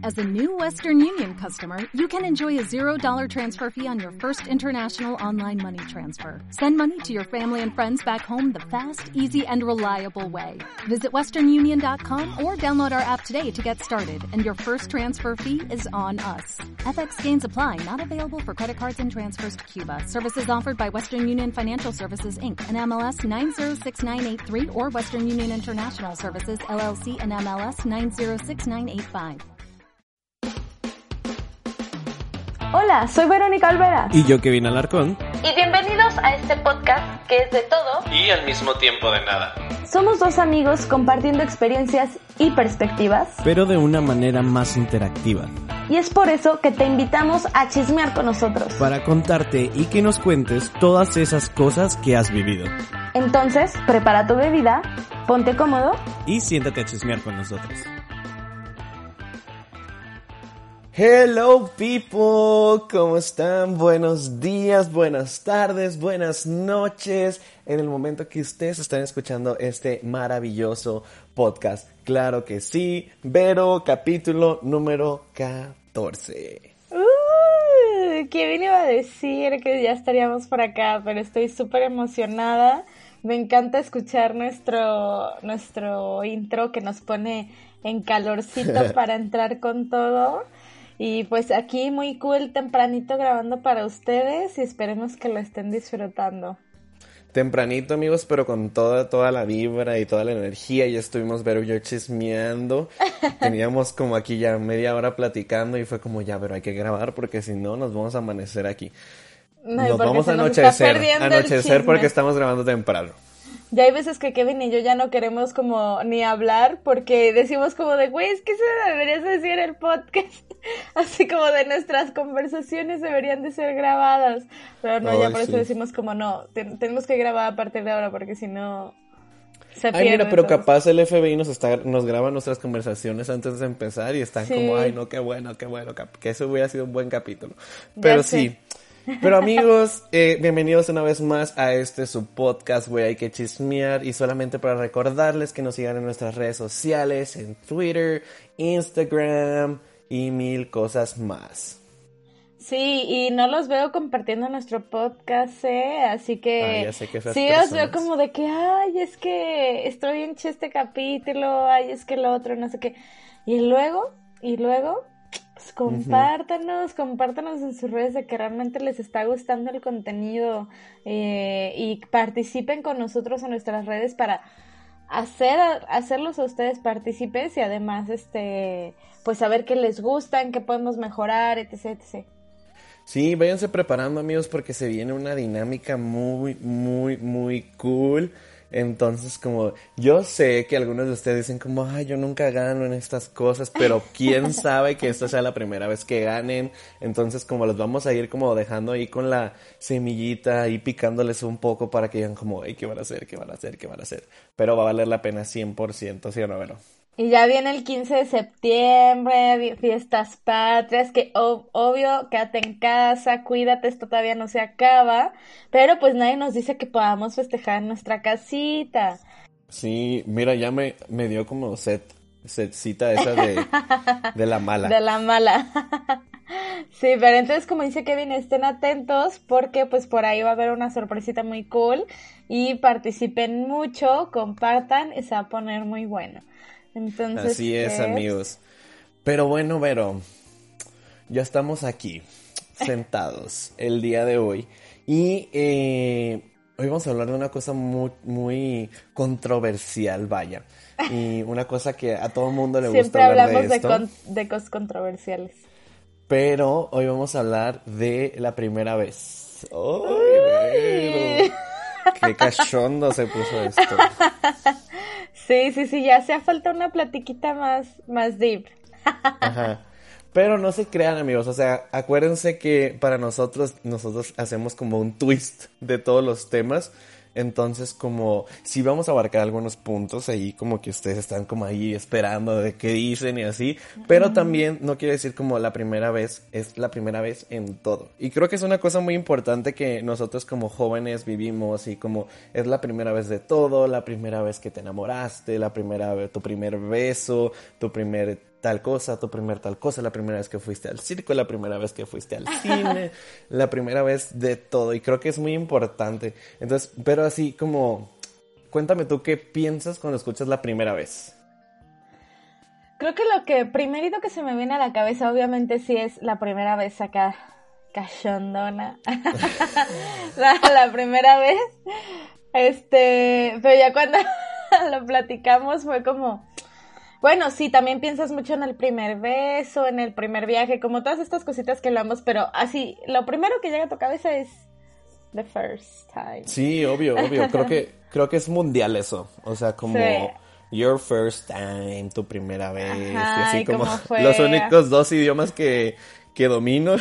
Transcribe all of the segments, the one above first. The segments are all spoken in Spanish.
As a new Western Union customer, you can enjoy a $0 transfer fee on your first international online money transfer. Send money to your family and friends back home the fast, easy, and reliable way. Visit westernunion.com or download our app today to get started, and your first transfer fee is on us. FX gains apply, not available for credit cards and transfers to Cuba. Services offered by Western Union Financial Services, Inc., and MLS 906983, or Western Union International Services, LLC, and MLS 906985. Hola, soy Verónica Olvera. Y yo, Kevin Alarcón. Y bienvenidos a este podcast que es de todo y al mismo tiempo de nada. Somos dos amigos compartiendo experiencias y perspectivas, pero de una manera más interactiva. Y es por eso que te invitamos a chismear con nosotros. Para contarte y que nos cuentes todas esas cosas que has vivido. Entonces, prepara tu bebida, ponte cómodo y siéntate a chismear con nosotros. Hello people, ¿cómo están? Buenos días, buenas tardes, buenas noches. En el momento que ustedes están escuchando este maravilloso podcast. Claro que sí, Vero, capítulo número 14. ¿Quién iba a decir que ya estaríamos por acá? Pero estoy súper emocionada. Me encanta escuchar nuestro intro que nos pone en calorcito para entrar con todo. Y pues aquí muy cool, tempranito grabando para ustedes y esperemos que lo estén disfrutando. Tempranito, amigos, pero con toda la vibra y toda la energía. Ya estuvimos Vero y yo chismeando. Teníamos como aquí ya media hora platicando y fue como ya, pero hay que grabar porque si no nos vamos a amanecer aquí. No, nos vamos a anochecer porque estamos grabando temprano. Ya hay veces que Kevin y yo ya no queremos como ni hablar porque decimos como de, güey, es que eso debería decir en el podcast. Así como de nuestras conversaciones deberían de ser grabadas. Pero no, ya por eso decimos como no, tenemos que grabar a partir de ahora porque si no se pierde. Ay, mira, pero capaz el FBI nos graba nuestras conversaciones antes de empezar y están como, ay, no, qué bueno, que eso hubiera sido un buen capítulo. Pero sí. Pero amigos, bienvenidos una vez más a su podcast, güey, hay que chismear. Y solamente para recordarles que nos sigan en nuestras redes sociales, en Twitter, Instagram y mil cosas más. Sí, y no los veo compartiendo nuestro podcast, así que ya sé que esas sí personas. Os veo como de que, ay, es que estoy bien este capítulo, ay, es que lo otro, no sé qué. Y luego, pues compártanos en sus redes de que realmente les está gustando el contenido y participen con nosotros en nuestras redes para hacerlos a ustedes partícipes y además pues saber qué les gusta, en qué podemos mejorar, etc. Sí, váyanse preparando, amigos, porque se viene una dinámica muy, muy, muy cool. Entonces, como yo sé que algunos de ustedes dicen como, ay, yo nunca gano en estas cosas, pero quién sabe que esta sea la primera vez que ganen. Entonces, como los vamos a ir como dejando ahí con la semillita y picándoles un poco para que digan como, ay, ¿qué van a hacer? Pero va a valer la pena 100%, ¿sí o no, Vero? Y ya viene el 15 de septiembre, fiestas patrias, que obvio, quédate en casa, cuídate, esto todavía no se acaba, pero pues nadie nos dice que podamos festejar en nuestra casita. Sí, mira, ya me dio como setcita esa de la mala. De la mala. Sí, pero entonces como dice Kevin, estén atentos porque pues por ahí va a haber una sorpresita muy cool y participen mucho, compartan y se va a poner muy bueno. Entonces, así es, amigos. Pero bueno, Vero, ya estamos aquí, sentados el día de hoy. Y hoy vamos a hablar de una cosa muy, muy controversial, vaya. Y una cosa que a todo mundo le gusta hablar de esto. Siempre hablamos de cosas controversiales. Pero hoy vamos a hablar de la primera vez. ¡Ay, Vero! ¡Qué cachondo se puso esto! Sí, ya hacía falta una platiquita más deep. Ajá. Pero no se crean, amigos, o sea, acuérdense que para nosotros hacemos como un twist de todos los temas. Entonces, como si vamos a abarcar algunos puntos ahí, como que ustedes están como ahí esperando de qué dicen y así, pero también no quiere decir como la primera vez, es la primera vez en todo. Y creo que es una cosa muy importante que nosotros como jóvenes vivimos y como es la primera vez de todo, la primera vez que te enamoraste, la primera vez, tu primer beso, tu primer tal cosa, tu primer tal cosa, la primera vez que fuiste al circo, la primera vez que fuiste al cine, la primera vez de todo. Y creo que es muy importante. Entonces, pero así como, cuéntame tú qué piensas cuando escuchas la primera vez. Creo que lo que primerito que se me viene a la cabeza, obviamente, sí es la primera vez acá, cachondona. la primera vez. Pero ya cuando lo platicamos fue como, bueno, sí, también piensas mucho en el primer beso, en el primer viaje, como todas estas cositas que hablamos, pero así, lo primero que llega a tu cabeza es the first time. Sí, obvio. Creo que es mundial eso. O sea, como Sí. your first time, tu primera vez. Ajá, y así y como cómo fue. los únicos dos idiomas que domino.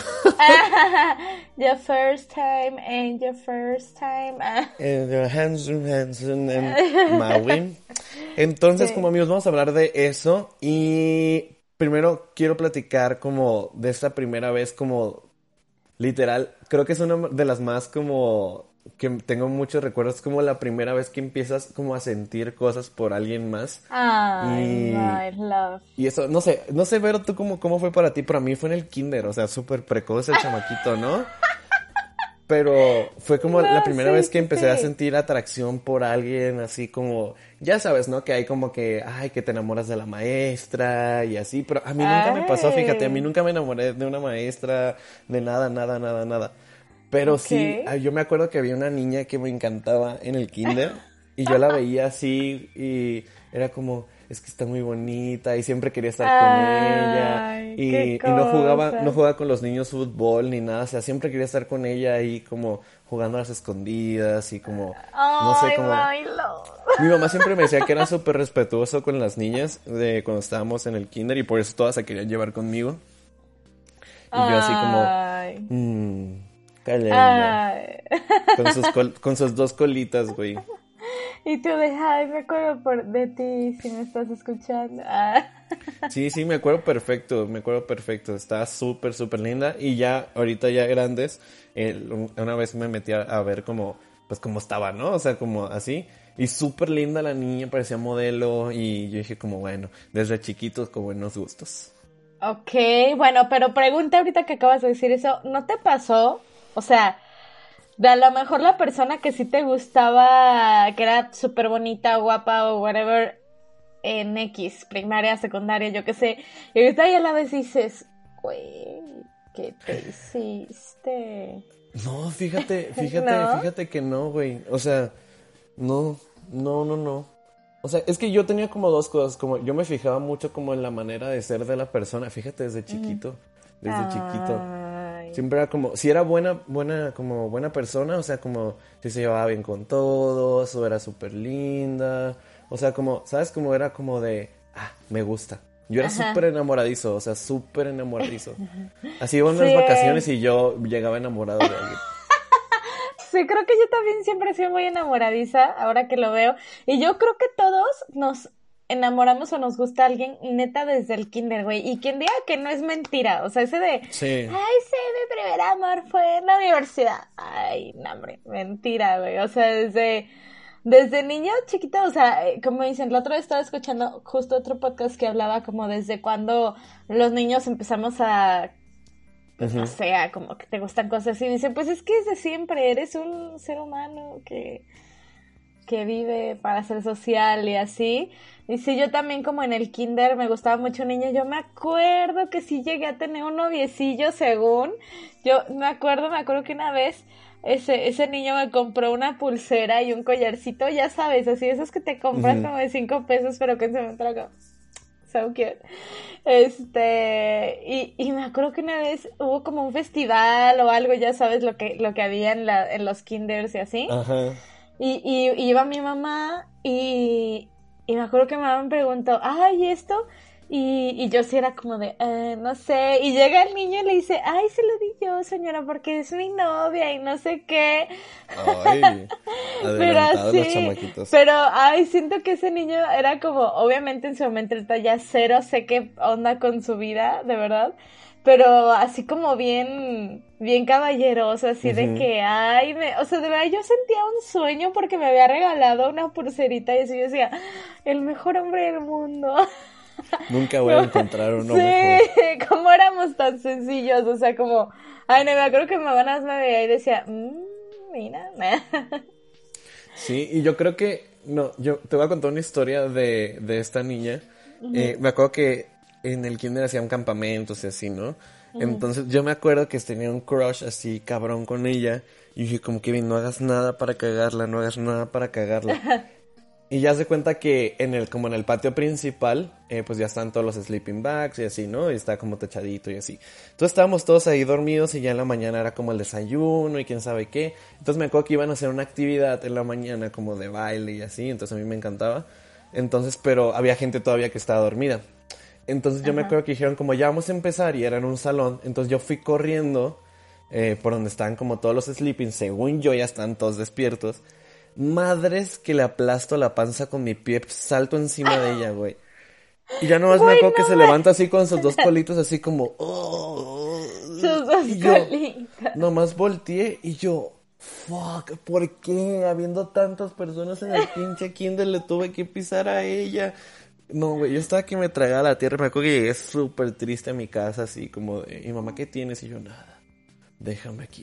Your first time and your first time. Hanson and Maui. Entonces, Sí. como amigos, vamos a hablar de eso. Y primero quiero platicar como de esta primera vez, como literal. Creo que es una de las más como que tengo muchos recuerdos, como la primera vez que empiezas como a sentir cosas por alguien más. Ay, my love. Y eso, no sé, Vero, tú cómo fue para ti. Para mí fue en el kinder, o sea, súper precoz el chamaquito, ¿no? Pero fue como No, la primera sí, vez que sí, empecé a sí. sentir atracción por alguien, así como, ya sabes, ¿no? Que hay como que, ay, que te enamoras de la maestra y así, pero a mí nunca me pasó, fíjate, a mí Ay, nunca me enamoré de una maestra, de nada. Pero sí, ok. yo me acuerdo que había una niña que me encantaba en el kinder y yo la veía así y era como, es que está muy bonita y siempre quería estar con ella Ay, qué y no cosa. jugaba con los niños fútbol ni nada, o sea, siempre quería estar con ella ahí como jugando a las escondidas y como, no sé, Ay, como... my love. Mi mamá siempre me decía que era súper respetuoso con las niñas de cuando estábamos en el kinder y por eso todas se querían llevar conmigo. Y yo así como, Ay, qué linda. ay. Con sus dos colitas, güey. Y tú de, ay, me acuerdo de ti si me estás escuchando. Ah. Sí, me acuerdo perfecto. Estaba súper linda. Y ya, ahorita ya grandes, una vez me metí a ver como, pues cómo estaba, ¿no? O sea, como así. Y súper linda la niña, parecía modelo. Y yo dije como, bueno, desde chiquitos con buenos gustos. Ok, bueno, pero pregunta ahorita que acabas de decir eso, ¿no te pasó? O sea, de a lo mejor la persona que sí te gustaba, que era súper bonita, guapa o whatever, en X, primaria, secundaria, yo qué sé, y ahorita ya la ves y dices, güey, ¿qué te hiciste? No, ¿No? fíjate que no, güey. O sea, no. O sea, es que yo tenía como dos cosas, como yo me fijaba mucho como en la manera de ser de la persona, fíjate, desde chiquito. Ay, Siempre era como, si era como buena persona, o sea, como si se llevaba bien con todos, o era súper linda, o sea, como, ¿sabes? Como era como de, me gusta. Yo era ajá. súper enamoradizo, o sea, súper enamoradizo. Así iba a unas vacaciones Sí, y yo llegaba enamorado de alguien. sí, creo que yo también siempre he sido muy enamoradiza, ahora que lo veo. Y yo creo que todos nos enamoramos o nos gusta alguien neta desde el kinder, güey. Y quien diga que no es mentira, o sea, ese de, ay, Sí. sí, mi primer amor fue en la universidad. Ay, no, hombre, mentira, güey. O sea, desde niño chiquito, o sea, como dicen, la otra vez estaba escuchando justo otro podcast que hablaba como desde cuando los niños empezamos a pues no Ujú. sé, como que te gustan cosas y dice, pues es que desde siempre eres un ser humano que vive para ser social y así. Y sí, yo también como en el kinder me gustaba mucho un niño, yo me acuerdo que sí llegué a tener un noviecillo según, yo me acuerdo que una vez ese niño me compró una pulsera y un collarcito, ya sabes, así esos que te compras Ujú. como de 5 pesos, pero que se me traga. So cute. Y me acuerdo que una vez hubo como un festival o algo, ya sabes lo que había en los kinders y así. Ajá. Y iba mi mamá y me acuerdo que mi mamá me preguntó, ay, ¿y esto? Y yo sí era como de, no sé. Y llega el niño y le dice, ay, se lo di yo, señora, porque es mi novia y no sé qué. Ay, Pero adelantados los así, chamaquitos. pero ay, siento que ese niño era como, obviamente en su momento ahorita ya cero, sé qué onda con su vida, de verdad, pero así como bien caballeroso, así de Ujú. que, ay, o sea, de verdad yo sentía un sueño porque me había regalado una pulserita y así yo decía, el mejor hombre del mundo. Nunca voy a encontrar uno sí, mejor. como éramos tan sencillos, o sea, como, ay, no, me acuerdo que mi mamá nada más me veía y decía, mira. Sí, y yo creo que, no, yo te voy a contar una historia de esta niña. Me acuerdo que en el kinder hacían campamentos y así, ¿no? Entonces yo me acuerdo que tenía un crush así cabrón con ella. Y dije como, Kevin, no hagas nada para cagarla, no hagas nada para cagarla. Y ya se cuenta que como en el patio principal, pues ya están todos los sleeping bags y así, ¿no? Y está como techadito y así. Entonces estábamos todos ahí dormidos y ya en la mañana era como el desayuno y quién sabe qué. Entonces me acuerdo que iban a hacer una actividad en la mañana como de baile y así, entonces a mí me encantaba. Entonces, pero había gente todavía que estaba dormida. Entonces yo me acuerdo que dijeron como ya vamos a empezar y era en un salón. Entonces yo fui corriendo por donde estaban como todos los sleeping, según yo ya están todos despiertos. Madres que le aplasto la panza con mi pie, salto encima de ella, güey. Y ya nomás me acuerdo que se levanta así con sus dos colitos, así como... Sus dos y yo colitas. nomás volteé y yo... Fuck, ¿por qué? Habiendo tantas personas en el pinche kinder le tuve que pisar a ella. No, güey, yo estaba que me tragaba la tierra. Me acuerdo que llegué súper triste a mi casa, así como de... ¿Y mamá qué tienes? Y yo, nada, déjame aquí.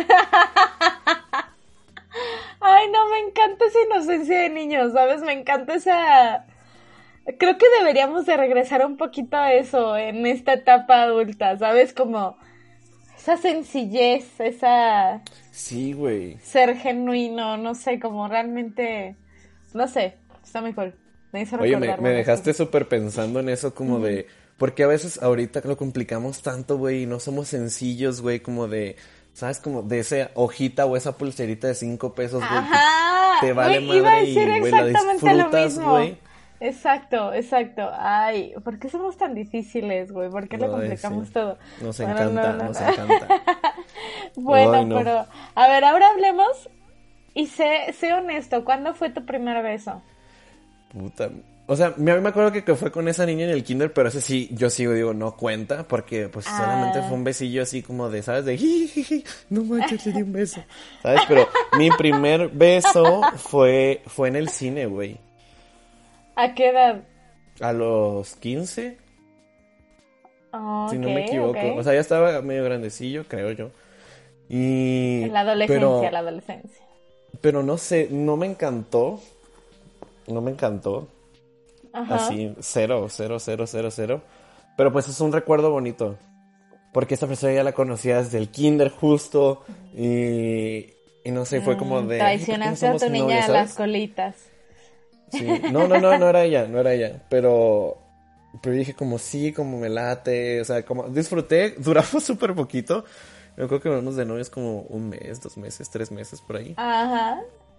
Ay, no, me encanta esa inocencia de niños, ¿sabes? Me encanta esa... Creo que deberíamos de regresar un poquito a eso en esta etapa adulta, ¿sabes? Como esa sencillez, esa... Sí, güey. Ser genuino, no sé, como realmente... No sé, está muy cool. Me hizo Oye, recordar me buenas dejaste cosas. súper pensando en eso como de... Porque a veces ahorita lo complicamos tanto, güey, y no somos sencillos, güey, como de... ¿Sabes? Como de esa hojita o esa pulserita de 5 pesos, güey. Ajá, Te vale güey, iba a madre decir y, güey, la exactamente lo disfrutas, mismo. güey. Exacto, exacto. Ay, ¿por qué somos tan difíciles, güey? ¿Por qué le Ay, complicamos sí. todo? Nos Bueno, encanta, no. nos encanta. Bueno, Ay, no. pero, a ver, ahora hablemos y sé honesto, ¿cuándo fue tu primer beso? Puta. O sea, a mí me acuerdo que fue con esa niña en el kinder, pero ese sí, yo sigo, digo, no cuenta, porque pues solamente fue un besillo así como de, ¿sabes? De, jijiji, no manches, le di un beso. ¿Sabes? Pero mi primer beso fue en el cine, güey. ¿A qué edad? A los 15, Oh, si ok, no me equivoco. ok. O sea, ya estaba medio grandecillo, creo yo. Y... La adolescencia, la adolescencia. Pero no sé, no me encantó. No me encantó. Ajá. Así, 0, 0, 0, 0, 0. Pero pues es un recuerdo bonito. Porque esta persona ya la conocía desde el kinder justo. Y no sé, fue como de... Traicionaste a tu niña a las colitas. Sí. No era ella, no era ella. Pero dije como sí, como me late. O sea, como disfruté, duramos súper poquito. Yo creo que duramos de novios como 1 mes, 2 meses, 3 meses por ahí. Ajá.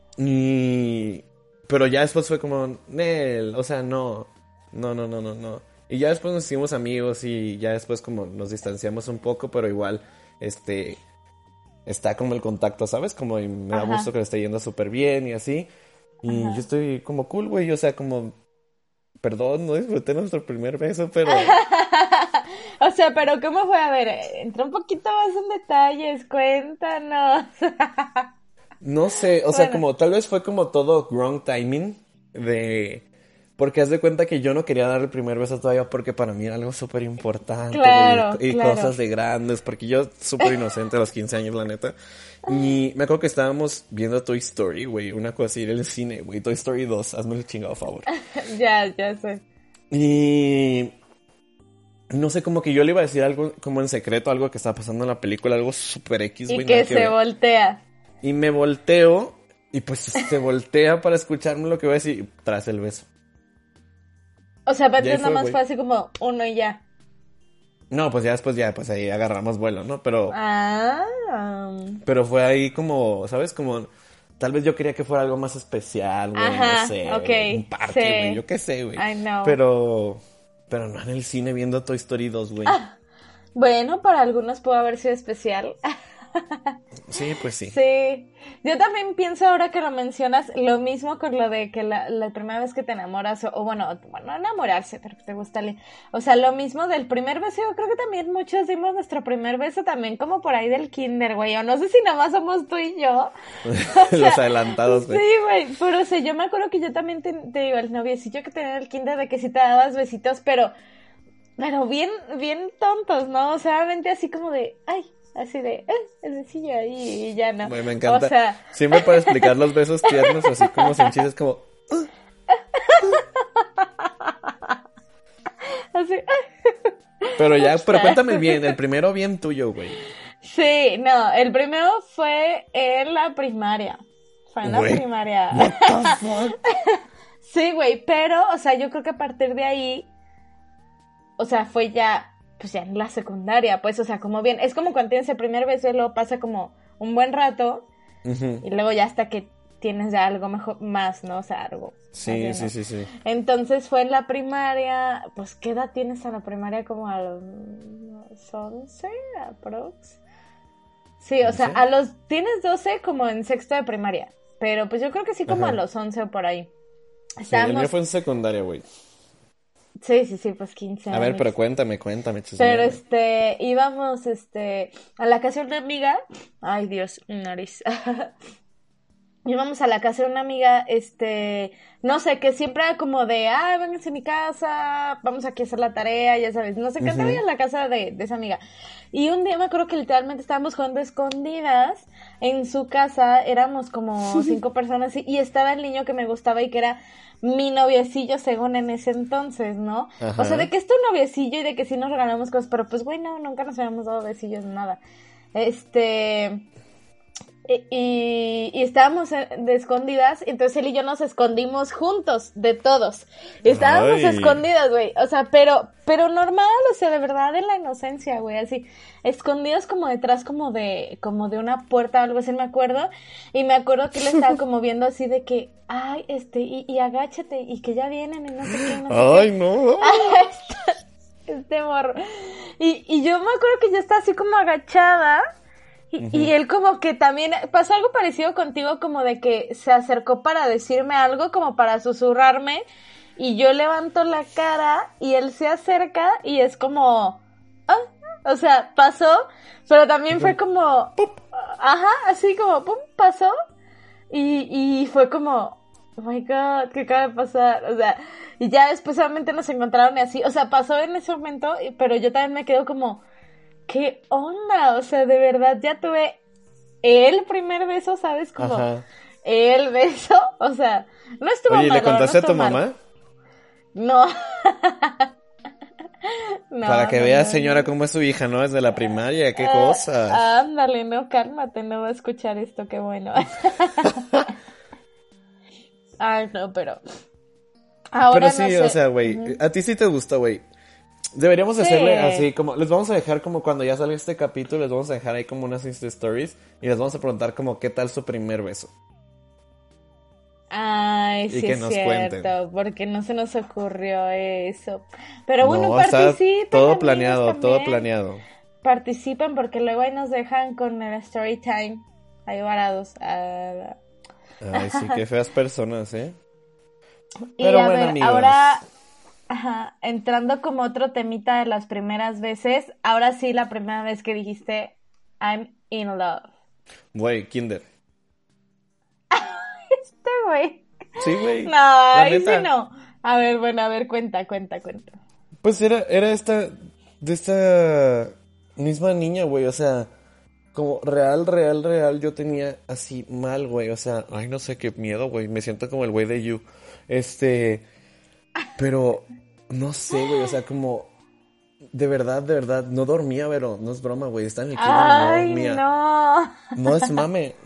Pero ya después fue como, Nel, o sea, no. Y ya después nos hicimos amigos y ya después como nos distanciamos un poco, pero igual, está como el contacto, ¿sabes? Como y me da gusto que le esté yendo súper bien y así. Y yo estoy como cool, güey, o sea, como, perdón, no disfruté nuestro primer beso, pero... O sea, pero ¿cómo fue? A ver, entra un poquito más en detalles, cuéntanos. No sé, o sea, como tal vez fue como todo wrong timing porque haz de cuenta que yo no quería dar el primer beso todavía porque para mí era algo súper importante. Claro, y claro. cosas de grandes, porque yo súper inocente a los 15 años, la neta. Y me acuerdo que estábamos viendo Toy Story, güey, una cosa así en el cine, güey, Toy Story 2, hazme el chingado favor. Ya sé. Y... no sé, como que yo le iba a decir algo como en secreto, algo que estaba pasando en la película, algo súper X, güey. Y que se voltea. Y me volteo, y pues se voltea para escucharme lo que voy a decir, tras el beso. O sea, pero Y ahí entonces nada más güey. fue así como uno y ya. No, pues ya después pues ahí agarramos vuelo, ¿no? Pero fue ahí como, ¿sabes? Como, tal vez yo quería que fuera algo más especial, güey, Ajá, no sé. ok, Un parque, sí. güey, yo qué sé, güey. I know. Pero no en el cine viendo Toy Story 2, güey. Bueno, para algunos pudo haber sido especial. Sí, pues sí. Sí, yo también pienso ahora que lo mencionas, lo mismo con lo de que la primera vez que te enamoras, o bueno, no enamorarse, pero que te gusta alguien. O sea, lo mismo del primer beso, yo creo que también muchos dimos nuestro primer beso también como por ahí del kinder, güey, o no sé si nada más somos tú y yo. O sea, Los adelantados, güey. sí, güey, pero o sea, yo me acuerdo que yo también te digo, el noviecillo que tenía en el kinder de que sí te dabas besitos, pero bien, bien tontos, ¿no? O sea, realmente así como de, ay, así de, el besillo ahí y ya no. Güey, me encanta. O sea, Siempre para explicar los besos tiernos, así como sin chistes, como... así. Pero ya, pero cuéntame bien, el primero bien tuyo, güey. Sí, no, el primero fue en la primaria. Fue en la Güey, primaria. what the fuck? Sí, güey, pero, o sea, yo creo que a partir de ahí, o sea, fue ya, pues ya en la secundaria, pues, o sea, como bien, es como cuando tienes el primer beso y luego pasa como un buen rato, Ujú. y luego ya hasta que tienes ya algo mejor, más, ¿no? O sea, algo. Sí, más bien, sí, ¿no? sí, sí. Entonces fue en la primaria, pues, ¿qué edad tienes en la primaria? Como a los 11, aprox. Sí, o sea, ¿11? tienes 12 como en sexto de primaria, pero pues yo creo que sí como Ajá. a los 11 o por ahí. Sí, el mío Estábamos, fue en secundaria, güey. sí, pues 15 A ver, años. pero cuéntame, Pero chismeame. íbamos, a la casa de una amiga. Ay, Dios, mi nariz. Íbamos a la casa de una amiga, no sé, que siempre era como de, ay, vénganse a mi casa, vamos aquí a hacer la tarea, ya sabes, nos encantaba ir a la casa de esa amiga. Y un día me acuerdo que literalmente estábamos jugando escondidas en su casa, éramos como 5 personas y estaba el niño que me gustaba y que era mi noviecillo según en ese entonces, ¿no? Ajá. O sea, de que es tu noviecillo y de que sí nos regalamos cosas, pero pues, güey, no, nunca nos habíamos dado besillos, nada. Y estábamos de escondidas, entonces él y yo nos escondimos juntos, de todos. Estábamos Ay. escondidas, güey, o sea, pero normal, o sea, de verdad en la inocencia, güey, así, escondidos como detrás como de una puerta o algo así, me acuerdo, y me acuerdo que él estaba como viendo así de que, ay, y agáchate, y que ya vienen, y no sé qué, no sé Ay, qué. no. Este morro. Y yo me acuerdo que yo estaba así como agachada. Y él como que también pasó algo parecido contigo, como de que se acercó para decirme algo, como para susurrarme, y yo levanto la cara y él se acerca y es como, o sea, pasó, pero también fue como, ajá, así como, pum, pasó, y fue como, oh my God, ¿qué acaba de pasar? O sea, y ya después solamente nos encontraron y así, o sea, pasó en ese momento, pero yo también me quedo como, ¿qué onda? O sea, de verdad, ya tuve el primer beso, ¿sabes? Como Ajá. el beso, o sea, no estuvo Oye, ¿y mal, le la verdad, contaste no a tu estuvo mal. mamá? No. Para No, que no, vea, no, señora, no. cómo es su hija, ¿no? Desde la primaria, qué cosas. Ándale, no, cálmate, no va a escuchar esto, qué bueno. Ay, no, pero Pero ahora no sí, o sé. sea, güey, a ti sí te gustó, güey. Deberíamos hacerle así Sí. como, les vamos a dejar como cuando ya salga este capítulo, les vamos a dejar ahí como unas Insta Stories y les vamos a preguntar como qué tal su primer beso. Ay, Y sí que es nos cuenten. cierto, porque no se nos ocurrió eso. Pero bueno, No, está participen, todo amigos, planeado, todo también. planeado. Participen porque luego ahí nos dejan con el story time ahí varados. Ay, sí, qué feas personas, ¿eh? Y Pero a bueno, ver, amigos. ahora, entrando como otro temita de las primeras veces, ahora sí la primera vez que dijiste I'm in love. Güey, Kinder. Este güey. Sí, güey. No, La ahí sí neta. no. A ver, bueno, a ver, cuenta. Pues era de esta misma niña, güey, o sea, como real, yo tenía así mal, güey, o sea, ay, no sé qué miedo, güey, me siento como el güey de You, pero, no sé, güey, o sea, como, de verdad, no dormía, pero no es broma, güey, estaba en el kinder y no Ay, dormía, no. no es mame,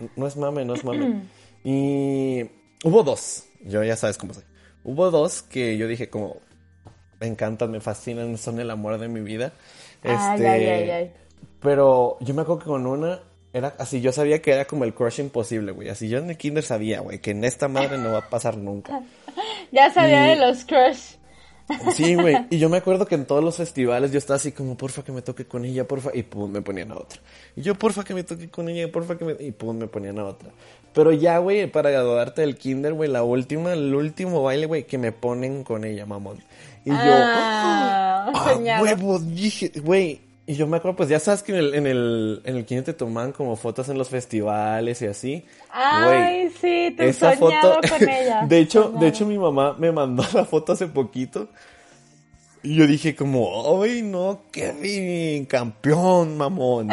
y hubo dos, yo ya sabes cómo soy, hubo dos que yo dije como, me encantan, me fascinan, son el amor de mi vida. Ay. Pero yo me acuerdo que con una era así, yo sabía que era como el crush imposible, güey. Así yo en el kinder sabía, güey, que en esta madre no va a pasar nunca. Ya sabía de Y los crush. Sí, güey. Y yo me acuerdo que en todos los festivales yo estaba así como, porfa que me toque con ella, porfa. Y pum, me ponían a otra. Y yo, porfa que me toque con ella, porfa que me... Y pum, me ponían a otra. Pero ya, güey, para graduarte del kinder, güey, el último baile, güey, que me ponen con ella, mamón. Y yo, soñado. huevo, dije, güey. Y yo me acuerdo, pues ya sabes que en el kinder te tomaban como fotos en los festivales y así. Ay, Güey, sí, tú esa soñado foto, con ella. de hecho, Soñado. mi mamá me mandó la foto hace poquito. Y yo dije como, ay, no, Kevin, campeón, mamón.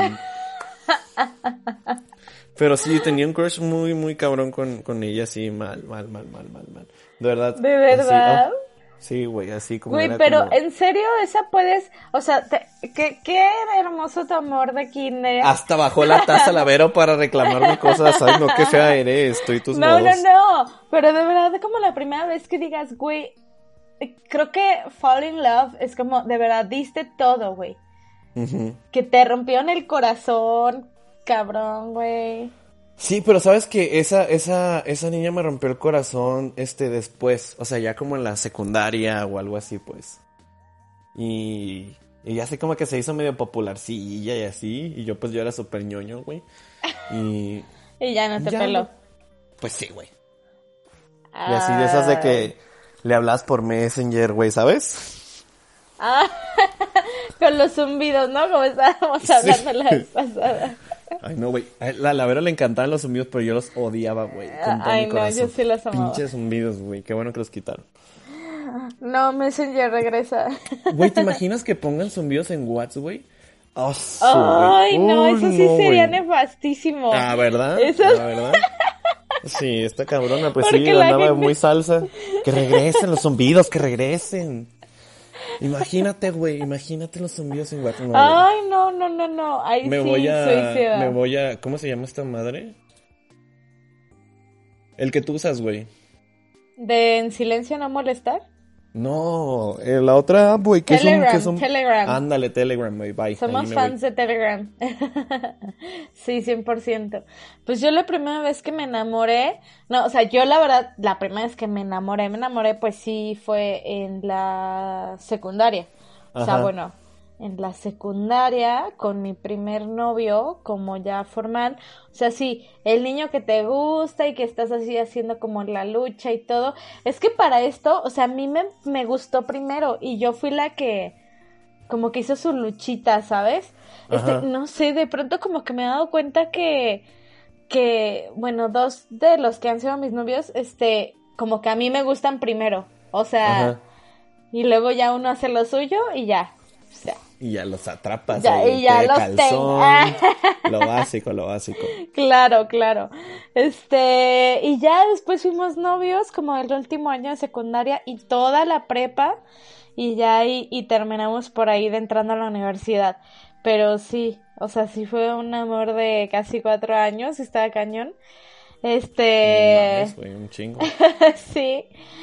Pero sí, tenía un crush muy, muy cabrón con ella, sí, mal. De verdad. ¿De verdad? Así, sí, güey, así como Güey, era pero como... en serio, esa puedes, o sea, qué hermoso tu amor de kinder. Hasta bajó la taza la Vero para reclamarme cosas. Ay, no, qué fea eres, tú y tus No, modos. no, pero de verdad, como la primera vez que digas, güey, creo que Fall in Love es como, de verdad, diste todo, güey. Ujú. Que te rompieron el corazón, cabrón, güey. Sí, pero sabes que esa niña me rompió el corazón, después, o sea, ya como en la secundaria o algo así, pues. Y ya así como que se hizo medio popularcilla y así, y yo era súper ñoño, güey. Y Y ya no te ya, peló. pues sí, güey. Y así de esas de que le hablas por Messenger, güey, ¿sabes? Ah, con los zumbidos, ¿no? Como estábamos hablando la vez pasada. Ay, no, güey. A la Vero le encantaban los zumbidos, pero yo los odiaba, güey. Con todo Ay, mi no, corazón. yo sí los amaba. Pinches zumbidos, güey. Qué bueno que los quitaron. No, Messenger regresa. Güey, ¿te imaginas que pongan zumbidos en WhatsApp, güey? Oh, Ay, no, Uy, eso sí no, sería güey. nefastísimo. Ah, ¿verdad? Eso... Ah, ¿verdad? Sí, esta cabrona, pues Porque sí, la andaba gente- muy salsa. Que regresen los zumbidos, que regresen. Imagínate, güey, imagínate los zumbidos en WhatsApp. No, güey. Ay, no. Ahí Me sí, voy a, ¿cómo se llama esta madre? El que tú usas, güey. ¿De en silencio no molestar? No, la otra app, güey, que Telegram. Ándale, Telegram, güey, bye. Somos Ahí me fans voy. de Telegram. Sí, 100%. Pues yo la primera vez que me enamoré, no, o sea, yo la verdad, la primera vez que me enamoré, pues sí fue en la secundaria. O sea, Ajá. bueno, en la secundaria con mi primer novio, como ya formal. O sea, sí, el niño que te gusta y que estás así haciendo como la lucha y todo. Es que para esto, o sea, a mí me gustó primero y yo fui la que como que hizo su luchita, ¿sabes? Ajá. No sé, de pronto como que me he dado cuenta que, bueno, dos de los que han sido mis novios, como que a mí me gustan primero. O sea, Ajá. y luego ya uno hace lo suyo y ya. O sea, Y ya los atrapas. Ya, ahí, y ya de los calzón. tengo. Lo básico, lo básico. claro. Y ya después fuimos novios como el último año de secundaria y toda la prepa y ya y terminamos por ahí de entrando a la universidad. Pero sí, o sea, sí fue un amor de casi 4 años, estaba cañón. No mames, güey, un chingo. Sí.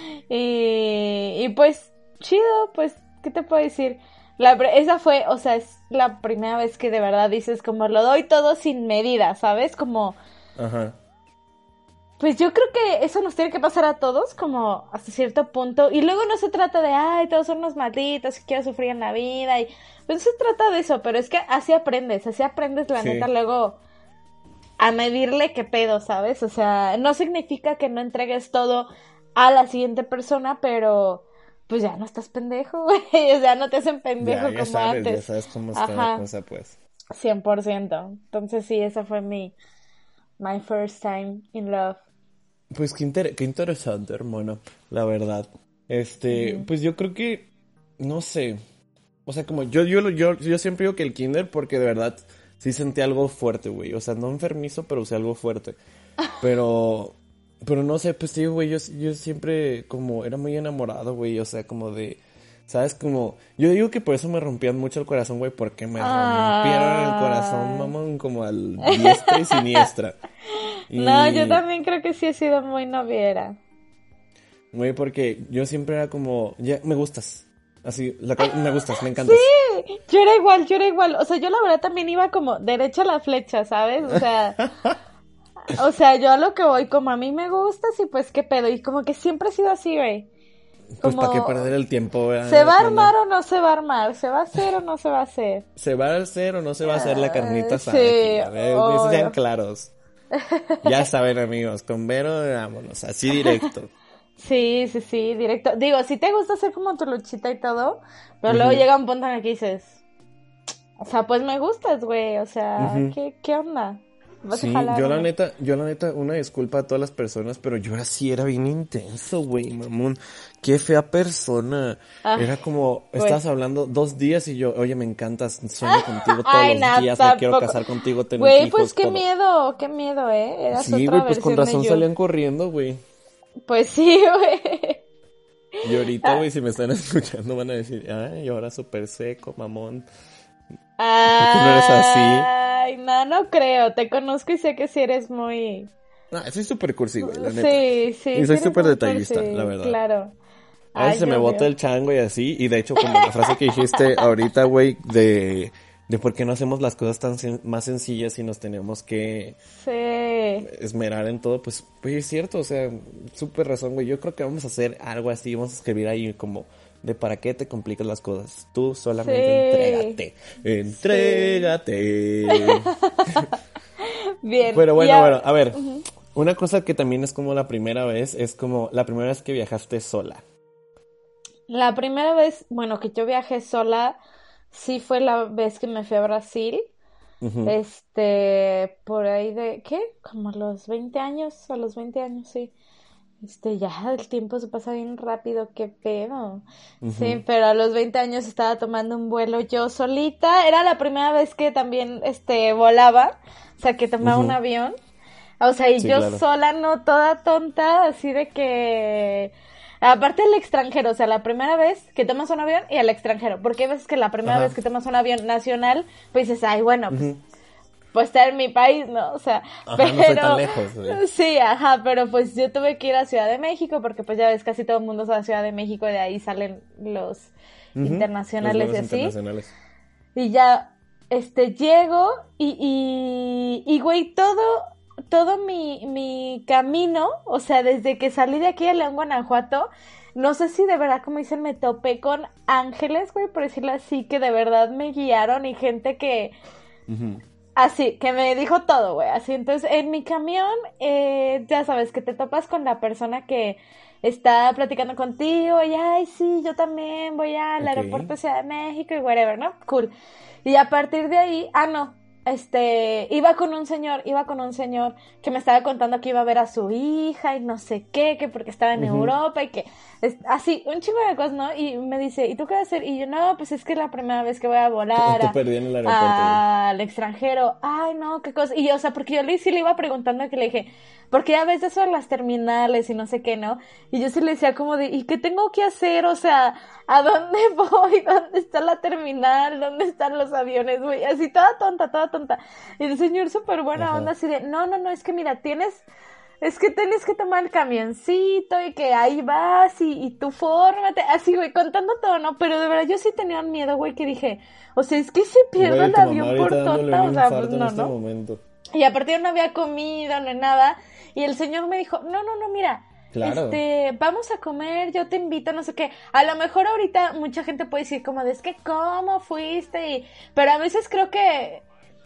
Y pues, chido, pues, ¿qué te puedo decir? Esa fue, o sea, es la primera vez que de verdad dices como lo doy todo sin medida, ¿sabes? Como, Ajá. pues yo creo que eso nos tiene que pasar a todos como hasta cierto punto. Y luego no se trata de, ay, todos son unos malditos y quiero sufrir en la vida. Y pues no se trata de eso, pero es que así aprendes la Sí. neta luego a medirle qué pedo, ¿sabes? O sea, no significa que no entregues todo a la siguiente persona, pero pues ya no estás pendejo, güey. O sea, no te hacen pendejo Ya como sabes, antes. ya sabes cómo está la Ajá, cosa, pues. 100%. Entonces sí, esa fue my first time in love. Pues qué interesante, hermano, la verdad. Pues yo creo que, no sé, o sea, como yo siempre digo que el kinder porque de verdad sí sentí algo fuerte, güey. O sea, no enfermizo, pero sí algo fuerte. Pero no sé, pues sí, güey, yo siempre como era muy enamorado, güey. O sea, como de, ¿sabes? Como, yo digo que por eso me rompían mucho el corazón, güey, porque me rompieron el corazón, mamón, como al diestra y siniestra. No, Y, yo también creo que sí he sido muy noviera. güey, porque yo siempre era como, ya, me gustas. Así, me gustas, me encantas. Sí, yo era igual. O sea, yo la verdad también iba como derecho a la flecha, ¿sabes? O sea, yo a lo que voy, como a mí me gustas y pues qué pedo. Y como que siempre he sido así, güey. Pues Como, para qué perder el tiempo, ¿verdad, ¿se va a mana? armar o no se va a armar? ¿Se va a hacer o no se va a hacer? ¿Se va a hacer o no se va a hacer la carnita asada Sí, aquí? A ver, sean obvio. claros. Ya saben, amigos, con Vero, vámonos, así directo. Sí, sí, sí, directo. Digo, si te gusta hacer como tu luchita y todo, pero luego Ujú, llega un punto en el que dices, o sea, pues me gustas, güey, o sea, ujú. ¿qué onda? ¿Vas a Sí, jalar o no? yo la neta, una disculpa a todas las personas, pero yo ahora sí era bien intenso, güey, mamón. Qué fea persona. Ay, Era como, güey. estabas hablando 2 días y yo, oye, me encantas, sueño contigo todos Ay, los nada, días, me quiero tampoco. casar contigo, tener Güey, pues hijos, todo. qué miedo, Eras Sí, otra güey, pues con versión de razón yo. salían corriendo, güey. Pues sí, güey. Y ahorita, Ah, güey, si me están escuchando van a decir, ay, ahora súper seco, mamón. ¿Por qué no eres así? ay, no, no creo. Te conozco y sé que sí eres muy... Ah, soy súper cursi, güey, la neta. Sí, Y sí, sí soy eres súper muy detallista, la cursi, verdad. claro. A veces Ay, se me Dios bota mío. el chango y así. Y de hecho, como la frase que dijiste ahorita, güey, de por qué no hacemos las cosas más sencillas y nos tenemos que Sí. esmerar en todo, pues, güey, es cierto, o sea, súper razón, güey. Yo creo que vamos a hacer algo así, vamos a escribir ahí como de para qué te complicas las cosas. Tú solamente Sí. entrégate, Sí. entrégate. Bien. Pero bueno, bueno, a ver, Ujú. una cosa que también es como la primera vez, es como la primera vez que viajaste sola. La primera vez, bueno, que yo viajé sola, sí fue la vez que me fui a Brasil. Ujú, Por ahí de, ¿qué? Como a los 20 años, sí. Ya el tiempo se pasa bien rápido, qué pedo. ujú, Sí, pero a los 20 años estaba tomando un vuelo yo solita. Era la primera vez que también, volaba, o sea, que tomaba un ujú. avión. O sea, y Sí, yo claro. sola, no toda tonta, así de que... Aparte del extranjero, o sea, la primera vez que tomas un avión y al extranjero. Porque hay veces que la primera Ajá. vez que tomas un avión nacional, pues dices, ay, bueno, Ujú. pues estar en mi país, ¿no? O sea, Ajá, no soy tan pero lejos, güey. sí, ajá, pero pues yo tuve que ir a Ciudad de México porque pues ya ves, casi todo el mundo va a Ciudad de México y de ahí salen los Ujú. Los internacionales y vuelos así. internacionales. Y ya, llego y güey, todo mi camino, o sea, desde que salí de aquí a León, Guanajuato, no sé si de verdad, como dicen, me topé con ángeles, güey, por decirlo así, que de verdad me guiaron y gente que, Ujú. así, que me dijo todo, güey, así. Entonces, en mi camión, ya sabes, que te topas con la persona que está platicando contigo y, ay, sí, yo también voy al Ok. aeropuerto de Ciudad de México y whatever, ¿no? Cool. Y a partir de ahí, no, iba con un señor que me estaba contando que iba a ver a su hija y no sé qué, que porque estaba en Ujú. Europa y que, así, un chingo de cosas, ¿no? Y me dice, ¿y tú qué vas a hacer? Y yo, no, pues es que es la primera vez que voy a volar Tú perdí en el aeropuerto, güey. al extranjero. Ay, no, qué cosa. Y o sea, porque sí le iba preguntando que le dije, porque ya ves eso de las terminales y no sé qué, ¿no? Y yo sí le decía como de, ¿y qué tengo que hacer? O sea, ¿a dónde voy? ¿Dónde está la terminal? ¿Dónde están los aviones, güey? Así toda tonta, toda tonta. Y el señor súper buena onda, Ajá. así de, no, no, no, es que mira, es que tienes que tomar el camioncito y que ahí vas y tú fórmate, así, güey, contando todo, ¿no? Pero de verdad yo sí tenía un miedo, güey, que dije, o sea, es que se pierdo Güey, el tu mamá avión ahorita por dándole tonta, un o sea, pues infarto en no, este ¿no? momento. Y aparte yo no había comido, no nada. Y el señor me dijo, no, no, no, mira, Claro. vamos a comer, yo te invito, no sé qué. A lo mejor ahorita mucha gente puede decir como de, es que, ¿cómo fuiste? Pero a veces creo que,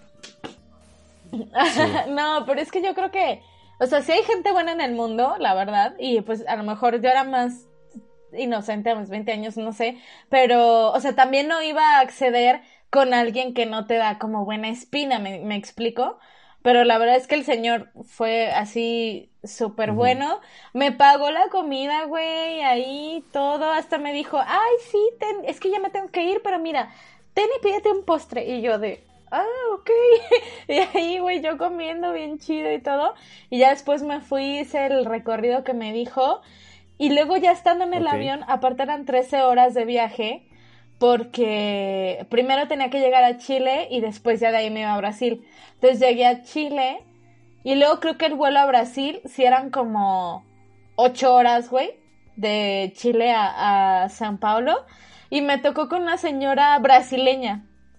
Sí. no, pero es que yo creo que, o sea, sí hay gente buena en el mundo, la verdad, y pues a lo mejor yo era más inocente a mis 20 años, no sé, pero, o sea, también no iba a acceder con alguien que no te da como buena espina, me explico, pero la verdad es que el señor fue así súper Ujú. bueno, me pagó la comida, güey, ahí todo, hasta me dijo, ay, sí, es que ya me tengo que ir, pero mira, ten y pídete un postre, y yo de... Ah, ok. Y ahí, güey, yo comiendo bien chido y todo. Y ya después me fui, hice el recorrido que me dijo. Y luego ya estando en el Ok. avión, aparte eran 13 horas de viaje, porque primero tenía que llegar a Chile y después ya de ahí me iba a Brasil. Entonces llegué a Chile y luego creo que el vuelo a Brasil sí eran como 8 horas, güey, de Chile a San Paulo. Y me tocó con una señora brasileña.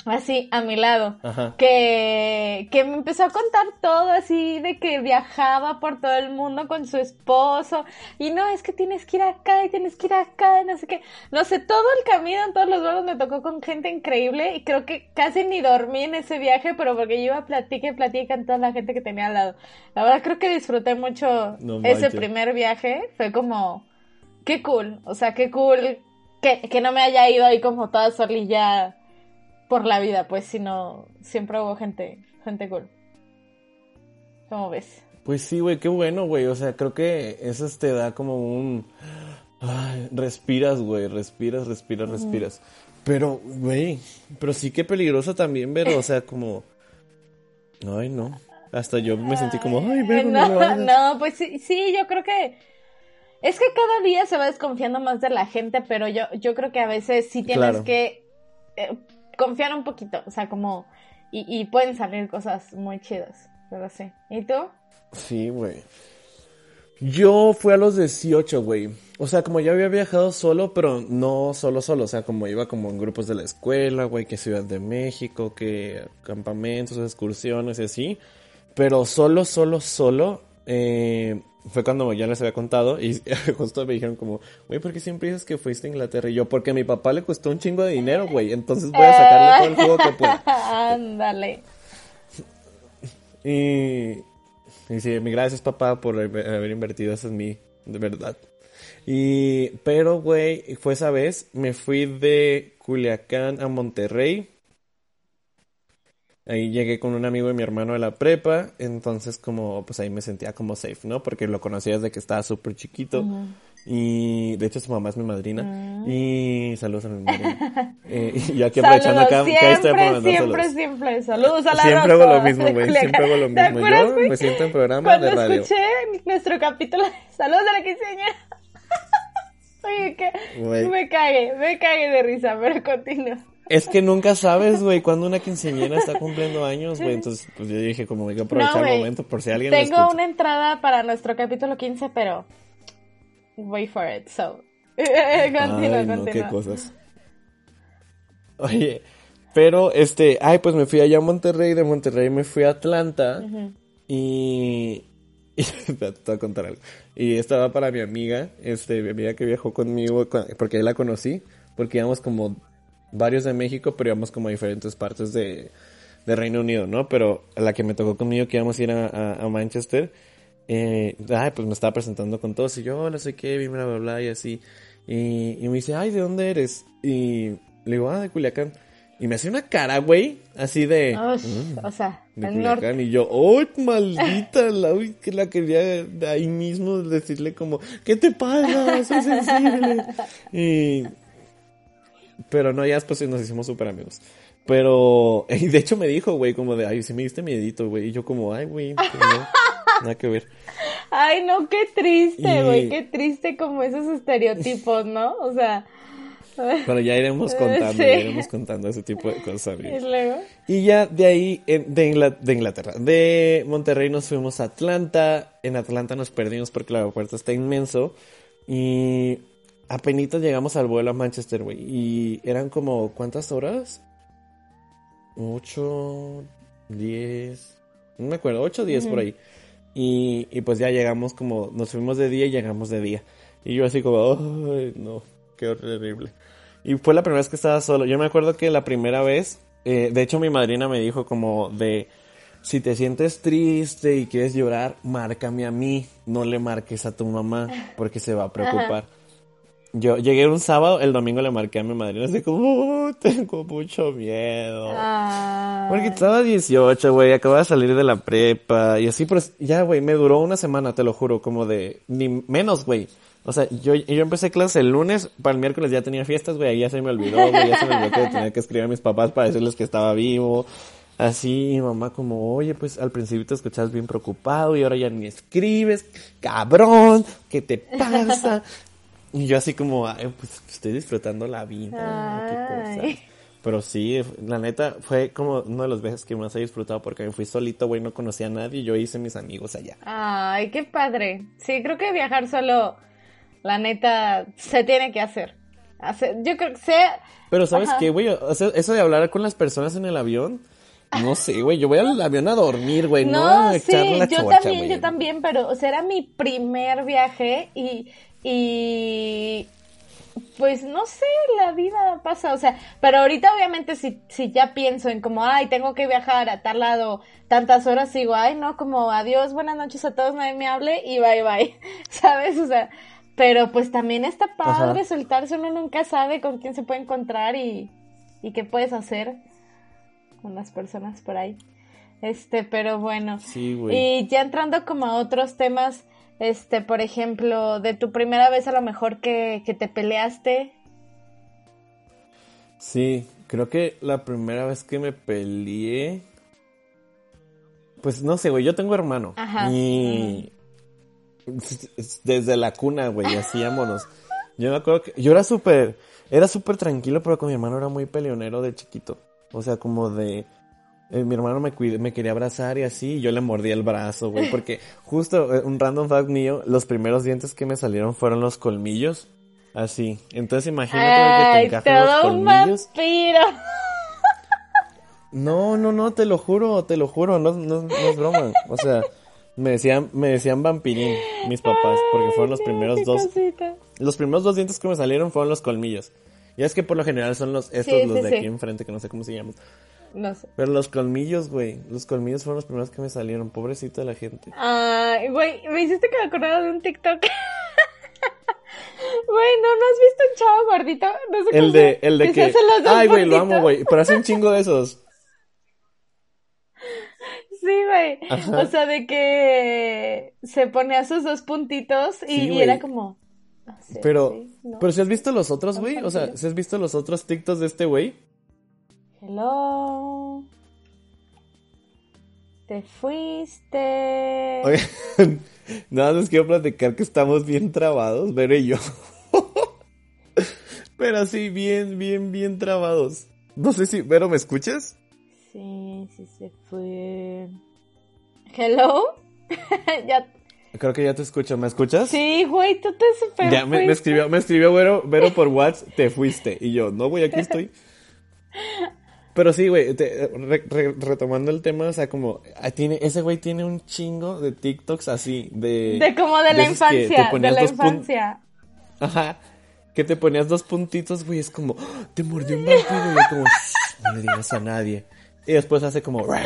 así a mi lado, Ajá. que me empezó a contar todo así de que viajaba por todo el mundo con su esposo y no, es que tienes que ir acá y tienes que ir acá y no sé qué, no sé, todo el camino en todos los vuelos me tocó con gente increíble y creo que casi ni dormí en ese viaje, pero porque yo iba a platicar y platicar con toda la gente que tenía al lado. La verdad creo que disfruté mucho No ese manches. primer viaje, fue como, qué cool, o sea, qué cool que no me haya ido ahí como toda solilla por la vida, pues, sino siempre hubo gente cool. ¿Cómo ves? Pues sí, güey, qué bueno, güey. O sea, creo que eso te da como un... Ay, respiras, güey, respiras. Pero, güey, pero sí que peligroso también, Vero. O sea, como... Ay, no. Hasta yo me sentí como, ay, Vero, no lo hagas. No, pues sí, yo creo que es que cada día se va desconfiando más de la gente, pero yo creo que a veces sí tienes Claro. que confiar un poquito, o sea, como y pueden salir cosas muy chidas, pero sí. ¿Y tú? Sí, güey. Yo fui a los 18, güey. O sea, como ya había viajado solo, pero no solo. O sea, como iba como en grupos de la escuela, güey, que Ciudad de México, que campamentos, excursiones y así. Pero solo, fue cuando ya les había contado y justo me dijeron como, güey, ¿por qué siempre dices que fuiste a Inglaterra? Y yo, porque a mi papá le costó un chingo de dinero, güey, entonces voy a sacarle todo el jugo que pueda. Ándale. Y sí, mi gracias papá por haber invertido eso en mí, de verdad. Pero, güey, fue esa vez, me fui de Culiacán a Monterrey. Ahí llegué con un amigo de mi hermano de la prepa, entonces como, pues ahí me sentía como safe, ¿no? Porque lo conocía desde que estaba súper chiquito. Uh-huh. Y de hecho su mamá es mi madrina. Y saludos a mi madrina. Y yo aquí aprovechando acá, que estoy por mandar saludos. Siempre. Saludos a la Siempre Rocco hago lo mismo, de güey. Culiacán. Siempre hago lo ¿Te mismo. acuerdas, Yo güey? me siento en programa Cuando de radio. escuché nuestro capítulo de Saludos a la quinceañera. Oye, que Güey. me cagué de risa, pero continúa. Es que nunca sabes, güey, cuando una quinceañera está cumpliendo años, güey. Entonces, pues yo dije, como hay que aprovechar el momento por si alguien lo Tengo escucha. una entrada para nuestro capítulo 15, pero wait for it, so. Ay, no, qué cosas. Oye, pero pues me fui allá a Monterrey, de Monterrey me fui a Atlanta. Uh-huh. y te voy a contar algo. Y estaba para mi amiga, mi amiga que viajó conmigo, porque ahí la conocí, porque íbamos como varios de México, pero íbamos como a diferentes partes de Reino Unido, ¿no? Pero la que me tocó conmigo, que íbamos a ir a Manchester, pues me estaba presentando con todos, y yo, hola, soy Kevin, bla, bla, bla, y así. Y me dice, ay, ¿de dónde eres? Y le digo, de Culiacán. Y me hace una cara, güey, así de... o sea, de el Culiacán. norte. Y yo, ¡oh, maldita! Que la quería de ahí mismo decirle como, ¿qué te pasa? Soy sensible. Pero no, ya después nos hicimos súper amigos. Pero, y de hecho me dijo, güey, como de, ay, sí me diste miedito, güey. Y yo como, ay, güey, pues no, nada que ver. Ay, no, qué triste, güey, qué triste como esos estereotipos, ¿no? O sea... Pero ya iremos contando, Sí. ya iremos contando ese tipo de cosas, Y amigos. luego... Y ya de ahí, de Inglaterra, de Monterrey nos fuimos a Atlanta. En Atlanta nos perdimos porque el aeropuerto está inmenso. Y apenitas llegamos al vuelo a Manchester, güey. Y eran como, ¿cuántas horas? 8, 10, no me acuerdo, 8 o 10 por ahí. Y pues ya llegamos como, nos fuimos de día y llegamos de día. Y yo así como, ay, no, qué horrible. Y fue la primera vez que estaba solo. Yo me acuerdo que la primera vez, de hecho mi madrina me dijo como de, si te sientes triste y quieres llorar, márcame a mí, no le marques a tu mamá, porque se va a preocupar. Yo llegué un sábado, el domingo le marqué a mi madrina, así como, tengo mucho miedo. Porque estaba 18, güey, acababa de salir de la prepa y así, pero ya, güey, me duró una semana, te lo juro, como de, ni menos, güey. O sea, yo empecé clases el lunes, para el miércoles ya tenía fiestas, güey, ahí ya se me olvidó, güey, ya se me olvidó que tenía que escribir a mis papás para decirles que estaba vivo. Así, mi mamá como, oye, pues al principio te escuchabas bien preocupado y ahora ya ni escribes, cabrón, ¿qué te pasa? Y yo así como, ay, pues estoy disfrutando la vida, qué cosa. Pero sí, la neta, fue como uno de los viajes que más he disfrutado porque me fui solito, güey, no conocía a nadie y yo hice mis amigos allá. Ay, qué padre. Sí, creo que viajar solo, la neta, se tiene que hacer. Yo creo que sea... Pero ¿sabes Ajá. qué, güey? O sea, eso de hablar con las personas en el avión, no sé, güey. Yo voy al avión a dormir, güey. No a echarle la chocha, güey. Yo también, pero, o sea, era mi primer viaje y pues no sé, la vida pasa, o sea, pero ahorita obviamente si ya pienso en como, ay, tengo que viajar a tal lado tantas horas, digo, ay, no, como adiós, buenas noches a todos, nadie me hable y bye bye, ¿sabes? O sea, pero pues también está padre Ajá. soltarse, uno nunca sabe con quién se puede encontrar y qué puedes hacer con las personas por ahí. Pero bueno. Sí, güey. Y ya entrando como a otros temas, por ejemplo, de tu primera vez a lo mejor que te peleaste. Sí, creo que la primera vez que me peleé, pues no sé, güey, yo tengo hermano. Ajá. Y desde la cuna, güey, hacíamos. Yo me acuerdo que yo era súper tranquilo, pero con mi hermano era muy peleonero de chiquito. O sea, como de... mi hermano me quería abrazar y así, y yo le mordía el brazo, güey, porque justo un random fact mío, los primeros dientes que me salieron fueron los colmillos, así. Entonces imagínate güey, que te Ay, encajan los todo un colmillos. vampiro. No, te lo juro, no es broma. O sea, me decían vampirín mis papás, porque fueron los primeros Qué dos, cosita. los primeros dos dientes que me salieron fueron los colmillos. Ya es que por lo general son los Sí, de sí. aquí enfrente, que no sé cómo se llaman. No sé. Pero los colmillos, güey, los colmillos fueron los primeros que me salieron, pobrecito de la gente. Ay, güey, me hiciste que me acordara de un TikTok. Güey, ¿no has visto un chavo gordito? No sé El de se que, hace los dos ay, güey, lo amo, puntitos. güey, pero hace un chingo de esos. Sí, güey. Ajá. O sea, de que se ponía sus dos puntitos Sí, y era güey. como... No sé, Pero, sí, no. pero si has visto los otros, Tan güey, o sea, tranquilo. si has visto los otros TikToks de este güey. Hello. Te fuiste. Oye, nada más les quiero platicar que estamos bien trabados, Vero y yo. Pero así, bien trabados. No sé si, Vero, ¿me escuchas? Sí, se fue. Hello. Ya. Creo que ya te escucho, ¿me escuchas? Sí, güey, tú te super Ya me fuiste. escribió Vero por WhatsApp, te fuiste. Y yo, no, güey, aquí estoy. Pero sí, güey, retomando el tema, o sea, como, ese güey tiene un chingo de TikToks así, De como de la esos que te infancia, de ponías la 2 infancia. Ajá, que te ponías 2 puntitos, güey, es como, ¡oh! Te mordió un vampiro, y yo como, "Shh, no le digas a nadie". Y después hace como, "Rah".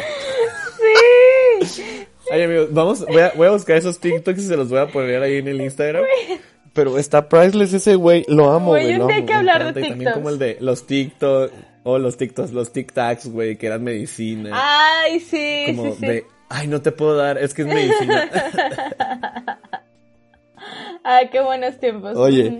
Sí. Ay, amigos, voy a buscar esos TikToks y se los voy a poner ahí en el Instagram. Pero está priceless ese güey, lo amo, Güey, güey, un lo día amo, hay que me hablar de encanta. Y también TikToks. como el de los TikTok, o los TikToks, los TikToks, güey, que eran medicina. Ay, sí, Como sí. de, ay, no te puedo dar, es que es medicina. Ay, qué buenos tiempos. Oye,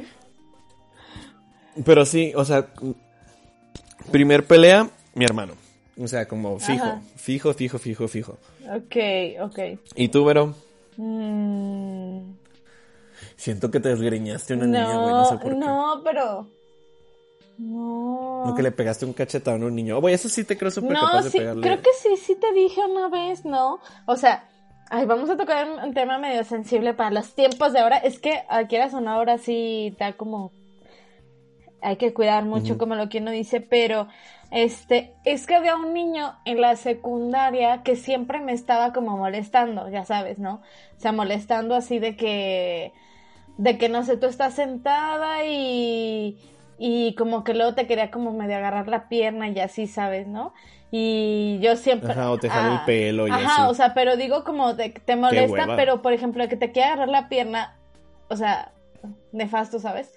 pero sí, o sea, primer pelea, mi hermano. O sea, como Ajá. fijo. Ok. ¿Y tú, Vero? Mm, Siento que te desgreñaste a una niña, güey, no sé por qué. no, pero... No. No que le pegaste un cachetón a un niño. Güey, eso sí te creo súper No, capaz de sí, pegarle. creo que sí te dije una vez, ¿no? O sea, ay, vamos a tocar un tema medio sensible para los tiempos de ahora. Es que, quieras o no, ahora sí está como... Hay que cuidar mucho, como lo que uno dice, pero es que había un niño en la secundaria que siempre me estaba como molestando, ya sabes, ¿no? O sea, molestando así de que no sé, tú estás sentada y como que luego te quería como medio agarrar la pierna y así, ¿sabes, no? Y yo siempre... Ajá, o te jala el pelo y ajá, así. o sea, pero digo como de que te molesta, hueva. pero por ejemplo, de que te quiere agarrar la pierna, o sea, nefasto, ¿sabes?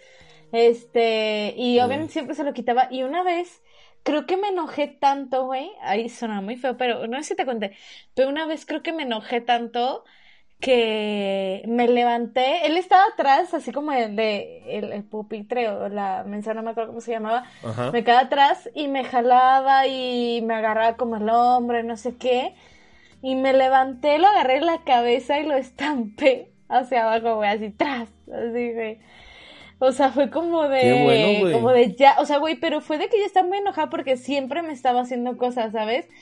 Y obviamente siempre se lo quitaba. Y una vez, creo que me enojé tanto, güey. Ahí suena muy feo, pero no sé si te conté. Pero una vez creo que me enojé tanto que me levanté. Él estaba atrás, así como el pupitre o la mesa, no me acuerdo cómo se llamaba. Ajá. Me quedaba atrás y me jalaba y me agarraba como el hombro, no sé qué. Y me levanté, lo agarré en la cabeza y lo estampé hacia abajo, güey, así tras, así, güey. O sea, fue como de... Qué bueno, güey. Como de ya... O sea, güey, pero fue de que yo estaba muy enojada porque siempre me estaba haciendo cosas, ¿sabes?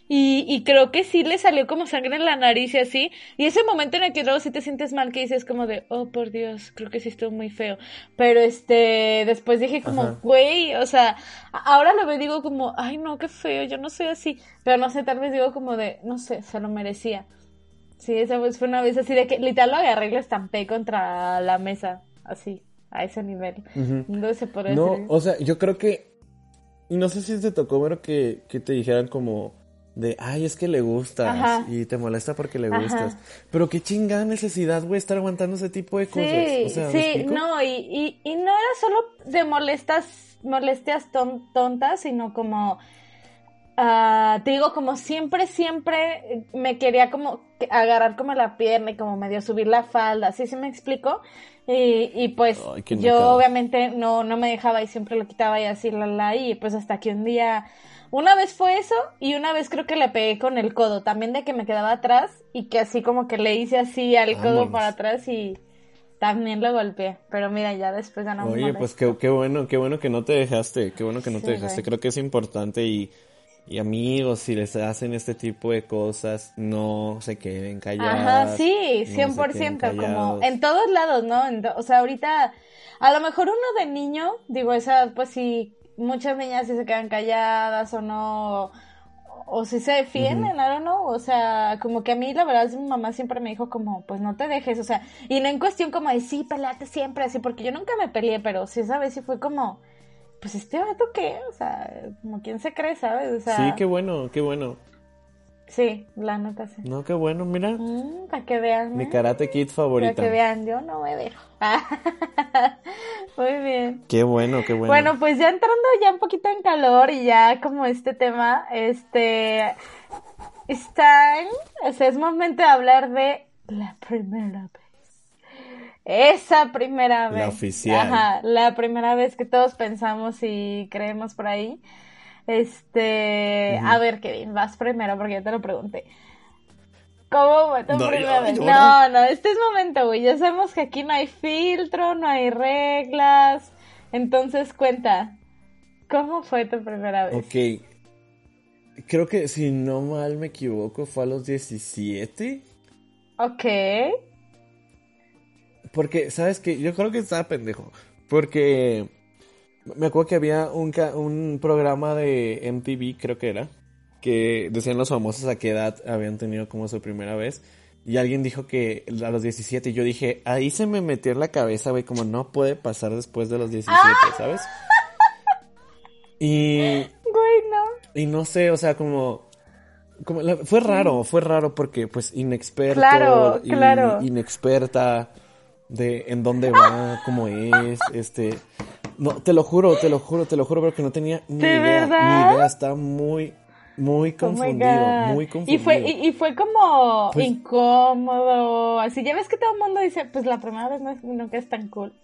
y creo que sí le salió como sangre en la nariz y así. Y ese momento en el que luego sí te sientes mal, que dices como de, oh, por Dios, creo que sí estuvo muy feo. Pero después dije como, Ajá. güey, o sea, ahora lo veo y digo como, ay, no, qué feo, yo no soy así. Pero no sé, tal vez digo como de, no sé, se lo merecía. Sí, esa vez fue una vez así de que literal lo agarré y lo estampé contra la mesa, así, a ese nivel. Ujú. Entonces se podría No, decir. o sea, yo creo que... Y no sé si te tocó, pero que te dijeran como de, ay, es que le gustas Ajá, y te molesta porque le gustas. ajá. Pero qué chingada necesidad, güey, estar aguantando ese tipo de cosas. O Sí, sea, ¿me sí, explico? no, y no era solo de molestias tontas, sino como, te digo, como siempre me quería como agarrar como la pierna y como medio subir la falda, ¿sí me explico? Y pues Ay, qué yo nacada. obviamente no me dejaba y siempre lo quitaba y así, y pues hasta que un día, una vez fue eso y una vez creo que le pegué con el codo, también de que me quedaba atrás y que así como que le hice así al codo para Vámonos. atrás y también lo golpeé, pero mira, ya después ya no me Oye, pues molesto. qué bueno que no te dejaste, qué bueno que no te Sí, dejaste. güey. Creo que es importante y amigos, si les hacen este tipo de cosas, no se queden Ajá, calladas, sí, no cien se por queden ciento como en callados. todos lados, ¿no? O sea, ahorita, a lo mejor uno de niño, digo, esa, pues sí, muchas niñas sí se quedan calladas o no, o si se Ujú. defienden, I don't know, o sea, como que a mí la verdad mi mamá siempre me dijo como, pues no te dejes, o sea, y no en cuestión como de sí, peleate siempre, así, porque yo nunca me peleé, pero sí esa vez sí fue como, pues este vato qué, o sea, como quién se cree, ¿sabes? O Sí, sea, qué bueno. sí, la neta sí. No, qué bueno, mira, Para que vean, mi Karate Kid para que favorita. vean, yo no me dejo. Muy bien. Qué bueno, qué bueno. Bueno, pues ya entrando ya un poquito en calor y ya como este tema, está, o sea, es momento de hablar de la primera vez. Esa primera La vez, oficial. ajá, la primera vez que todos pensamos y creemos por ahí. A Ujú. ver, Kevin, vas primero porque ya te lo pregunté. ¿Cómo fue tu No, primera vez? ahora. No, este es momento, güey. Ya sabemos que aquí no hay filtro, no hay reglas. Entonces cuenta, ¿cómo fue tu primera vez? Ok, creo que si no mal me equivoco fue a los 17. Ok. Porque, ¿sabes qué? Yo creo que estaba pendejo. Porque me acuerdo que había un programa de MTV, creo que era, que decían los famosos a qué edad habían tenido como su primera vez. Y alguien dijo que a los 17. Y yo dije, ahí se me metió en la cabeza, güey, como no puede pasar después de los 17, ¡Ah! ¿sabes? Y, Güey, no. y no sé, o sea, fue raro porque pues inexperto Claro, y claro. inexperta de en dónde va, cómo es, no, te lo juro, porque no tenía ¿De ni verdad? idea, estaba muy, Oh my God. muy confundido. Y fue como Pues, incómodo. Así, ya ves que todo el mundo dice, pues la primera vez nunca es tan cool.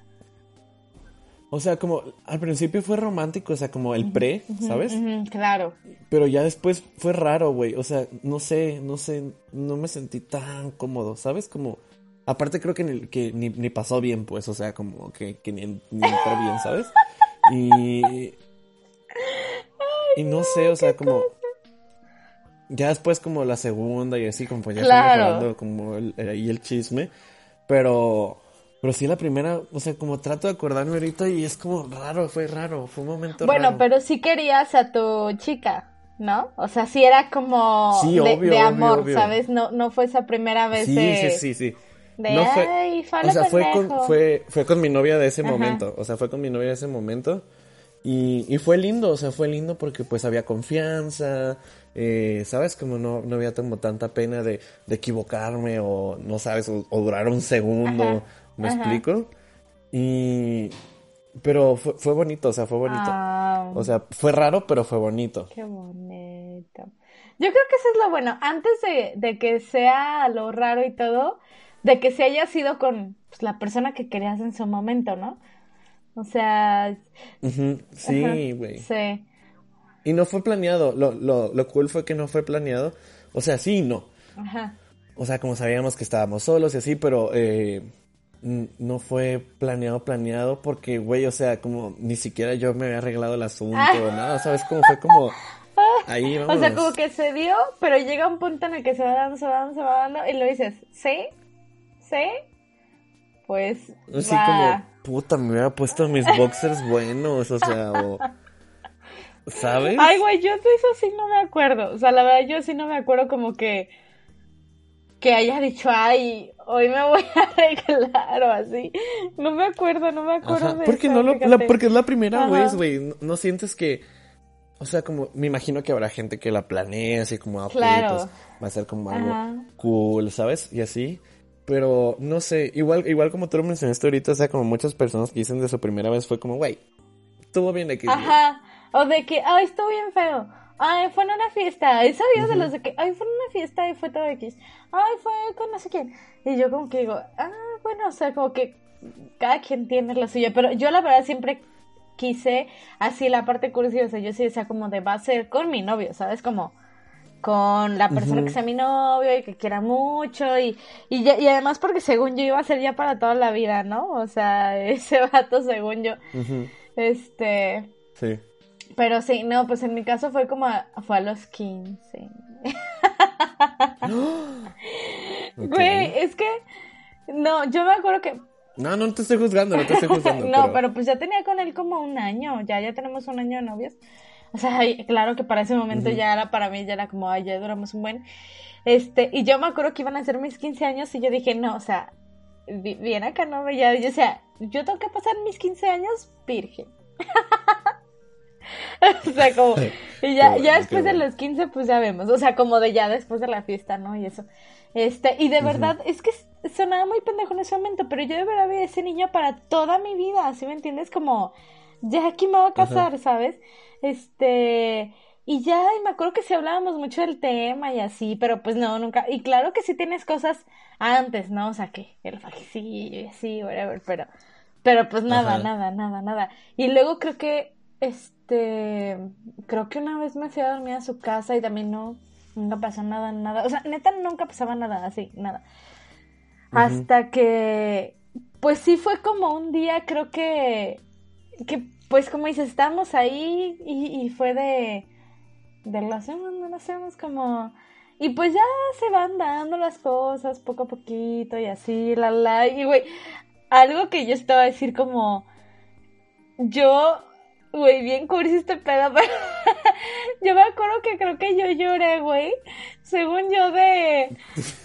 o sea, como al principio fue romántico, o sea, como el Ujú, pre, ujú, ¿sabes? ujú, claro. Pero ya después fue raro, güey. O sea, no me sentí tan cómodo, ¿sabes? Como, aparte creo que ni pasó bien, pues, o sea, como que ni entró bien, ¿sabes? Y, Ay, y no sé, no, o qué sea, como, cosa. ya después como la segunda y así, como pues ya fue Claro. mejorando como ahí el chisme, pero, pero sí la primera, o sea, como trato de acordarme ahorita y es como raro, fue un momento Bueno, raro. pero sí querías a tu chica, ¿no? O sea, sí era como Sí, de amor, obvio. ¿sabes? No fue esa primera vez Sí. de No fue, ay, fue a o lo sea, pendejo. fue con mi novia de ese Ajá, momento, o sea, fue con mi novia de ese momento y fue lindo, o sea, fue lindo porque pues había confianza, ¿sabes? Como no había como tanta pena de equivocarme o, no sabes, o durar un segundo, ajá, ¿me ajá. explico? Y, pero fue bonito, o sea, fue bonito. Ah, O sea, fue raro, pero fue bonito. qué bonito. Yo creo que eso es lo bueno. Antes de que sea lo raro y todo, de que se haya sido con pues, la persona que querías en su momento, ¿no? O sea, Ujú, ajá, sí, güey. sí, Y no fue planeado. Lo cool fue que no fue planeado. O sea, sí y no. ajá. O sea, como sabíamos que estábamos solos y así, pero no fue planeado porque, güey, o sea, como ni siquiera yo me había arreglado el asunto o Ah, nada, ¿sabes? Como fue como, Ahí O sea, vámonos. como que se dio, pero llega un punto en el que se va dando, se va dando, se va dando, y lo dices, ¿sí? ¿Sí? Pues Así va. como, puta, me hubiera puesto mis boxers buenos, o sea, o... ¿Sabes? Ay, güey, yo de eso sí no me acuerdo. O sea, la verdad, yo sí no me acuerdo como que haya dicho, ay, hoy me voy a arreglar o así. No me acuerdo Ajá, de porque eso, no fíjate. porque es la primera Ajá. vez, güey. No sientes que, o sea, como me imagino que habrá gente que la planea así como, ok, Claro. pues va a ser como algo Ajá. cool, ¿sabes? Y así. Pero no sé, igual como tú lo mencionaste ahorita, o sea, como muchas personas que dicen de su primera vez fue como, güey, estuvo bien X, güey. Ajá. O de que, ay, estuvo bien feo. Ay, fue en una fiesta. ¿Y sabías de los de que, ay, fue en una fiesta y fue todo X? Ay, fue con no sé quién. Y yo como que digo, bueno, o sea, como que cada quien tiene lo suyo. Pero yo la verdad siempre quise así la parte cursi, o sea, yo sí decía como de va a ser con mi novio, ¿sabes? Como con la persona que sea mi novio y que quiera mucho y además porque según yo iba a ser ya para toda la vida, ¿no? O sea, ese vato según yo. Sí. Pero sí, no, pues en mi caso fue como fue a los 15. Güey, es que no, yo me acuerdo que No te estoy juzgando, no te estoy juzgando. no, pero pues ya tenía con él como un año, ya tenemos un año de novios. O sea, claro que para ese momento ya era para mí, ya era como, ay, ya duramos un buen. Y yo me acuerdo que iban a ser mis 15 años y yo dije, no, o sea, bien acá, no, ya, o sea, yo tengo que pasar mis 15 años virgen. O sea, como, y ya, Bueno, ya después de bueno. los 15, pues ya vemos, o sea, como de ya después de la fiesta, ¿no? Y eso. Y de verdad, es que sonaba muy pendejo en ese momento, pero yo de verdad vi a ese niño para toda mi vida, ¿sí me entiendes? Como, ya aquí me voy a casar, ¿sabes? Y ya, y me acuerdo que sí hablábamos mucho del tema y así, pero pues no, nunca, y claro que sí tienes cosas antes, ¿no? O sea, que el fajecillo y así, whatever, pero pues nada, Ajá. nada. Y luego creo que una vez me fui a dormir a su casa y también nunca pasó nada. O sea, neta nunca pasaba nada así, nada. Hasta que, pues sí fue como un día, creo que pues como dices, estábamos ahí y fue lo hacemos como... Y pues ya se van dando las cosas poco a poquito y así, y güey, algo que yo estaba a decir como... Yo, güey, bien cursi este pedo, pero yo me acuerdo que creo que yo lloré, güey, según yo de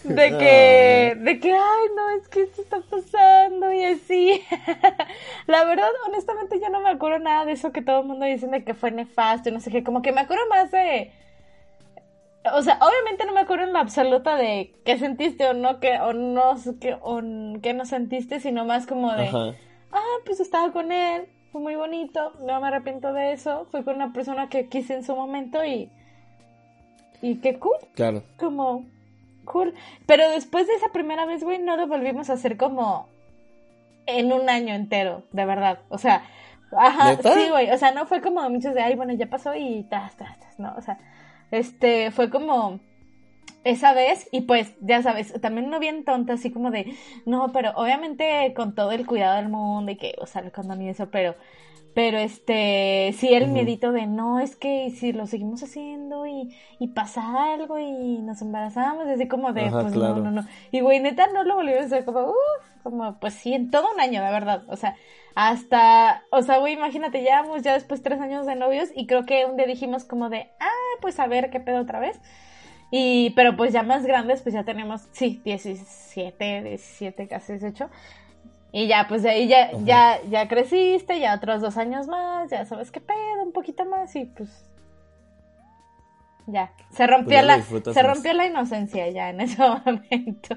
que, ay, no, es que esto está pasando y así. La verdad, honestamente, yo no me acuerdo nada de eso que todo el mundo dice de que fue nefasto y no sé qué, como que me acuerdo más de... O sea, obviamente no me acuerdo en la absoluta de qué sentiste o no, que no sentiste, sino más como de... Ajá. Pues estaba con él, fue muy bonito, no me arrepiento de eso, fui con una persona que quise en su momento y qué cool, Claro. como cool. Pero después de esa primera vez, güey, no lo volvimos a hacer como en un año entero, de verdad, o sea, ajá, ¿Neta? sí, güey, o sea, no fue como muchos de, ay, bueno, ya pasó y no, o sea, fue como... esa vez, y pues, ya sabes, también no bien tonta, así como de, no, pero obviamente con todo el cuidado del mundo y que usar el condón y eso, pero sí el miedito de, no, es que si lo seguimos haciendo y pasa algo y nos embarazamos, así como de, Ajá, pues claro. no, y güey, neta, no lo volvimos a hacer como, pues sí, en todo un año, de verdad, o sea, o sea, güey, imagínate, llevamos ya después 3 años de novios y creo que un día dijimos como de, pues a ver qué pedo otra vez. Pero pues ya más grandes, pues ya tenemos, sí, 17, casi 18. Y ya, pues de ahí ya creciste, ya otros 2 años más, ya sabes qué pedo, un poquito más y pues ya. Se rompió Pues ya lo disfrutas más. rompió la inocencia ya en ese momento.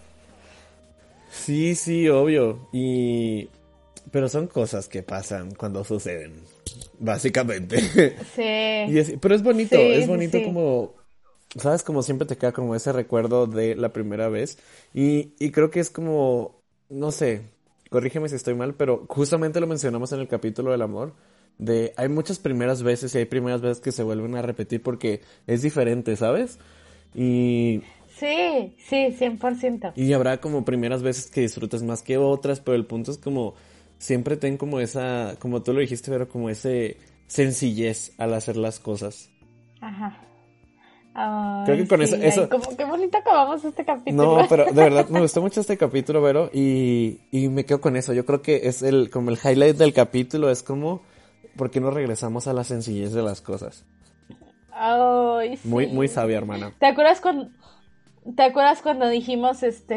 Sí, obvio. Pero son cosas que pasan cuando suceden, básicamente. Sí. Pero es bonito, Sí. como, ¿sabes? Como siempre te queda como ese recuerdo de la primera vez. Y creo que es como, no sé, corrígeme si estoy mal, pero justamente lo mencionamos en el capítulo del amor. Hay muchas primeras veces y hay primeras veces que se vuelven a repetir porque es diferente, ¿sabes? Y Sí, 100%. Y habrá como primeras veces que disfrutas más que otras, pero el punto es como, siempre ten como esa, como tú lo dijiste, pero como ese sencillez al hacer las cosas. Ajá. Ay, Creo que con sí, eso... ay, como qué bonito acabamos este capítulo. No, pero de verdad me gustó mucho este capítulo, Vero, y me quedo con eso. Yo creo que es como el highlight del capítulo, es como, ¿por qué no regresamos a la sencillez de las cosas? Ay, sí. Muy, muy sabia, hermana. ¿Te acuerdas cuando dijimos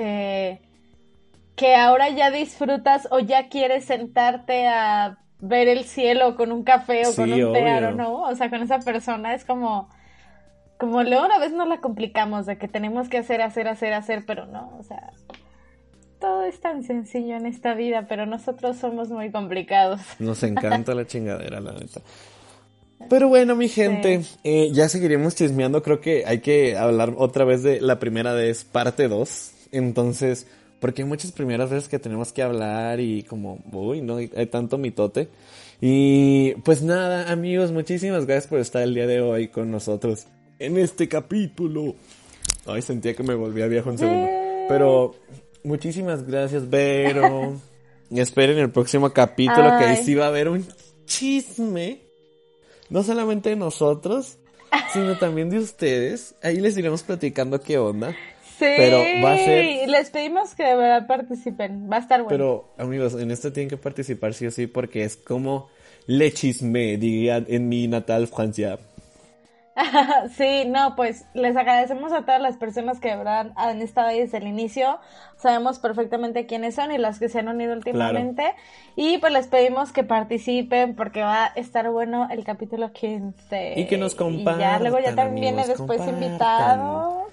que ahora ya disfrutas o ya quieres sentarte a ver el cielo con un café o Sí, con un té, obvio. ¿no? O sea, con esa persona es como luego una vez nos la complicamos de que tenemos que hacer, pero no, o sea, todo es tan sencillo en esta vida, pero nosotros somos muy complicados. Nos encanta la chingadera, la neta. Pero bueno, mi gente, Sí. ya seguiremos chismeando. Creo que hay que hablar otra vez de la primera vez, parte 2. Entonces, porque hay muchas primeras veces que tenemos que hablar y como, uy, no, hay tanto mitote. Y pues nada, amigos, muchísimas gracias por estar el día de hoy con nosotros en este capítulo. Ay, sentía que me volvía viejo un segundo. Pero muchísimas gracias, Vero. Y esperen el próximo capítulo, que ahí Ay. sí va a haber un chisme. No solamente de nosotros, sino también de ustedes. Ahí les iremos platicando qué onda. Sí, Pero va a ser... les pedimos que de verdad participen, va a estar bueno. Pero, amigos, en esto tienen que participar sí o sí, porque es como le chisme, diría en mi natal Francia. Sí, no, pues les agradecemos a todas las personas que de verdad han estado ahí desde el inicio. Sabemos perfectamente quiénes son y las que se han unido últimamente. Claro. Y pues les pedimos que participen porque va a estar bueno el capítulo 15. Y que nos compartan. Y ya, luego ya también viene después invitados.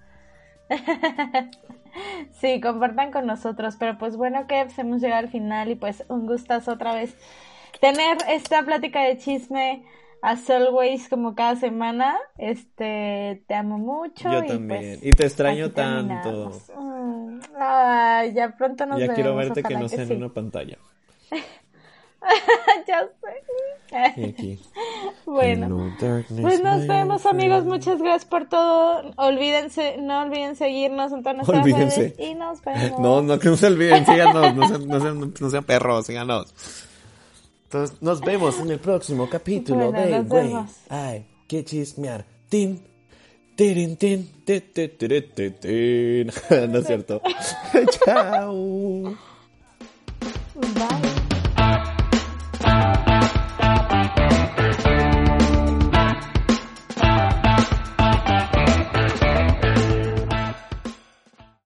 Sí, compartan con nosotros. Pero pues bueno, que hemos llegado al final y pues un gustazo otra vez tener esta plática de chisme. As always, como cada semana, te amo mucho. Yo y también. Pues, y te extraño tanto. Ay, ya pronto nos vemos. Ya quiero verte que no que sea sí. en una pantalla. Ya sé. Y aquí. Bueno, pues nos vemos, amigos. Muchas gracias por todo. No olviden seguirnos en todas nuestras redes. Y nos vemos. No, que no se olviden. Síganos. No sean perros. Síganos. Entonces, nos vemos en el próximo capítulo de Güey. Ay, qué chismear. Tin, tirin, tin, tin. No es cierto. Chao.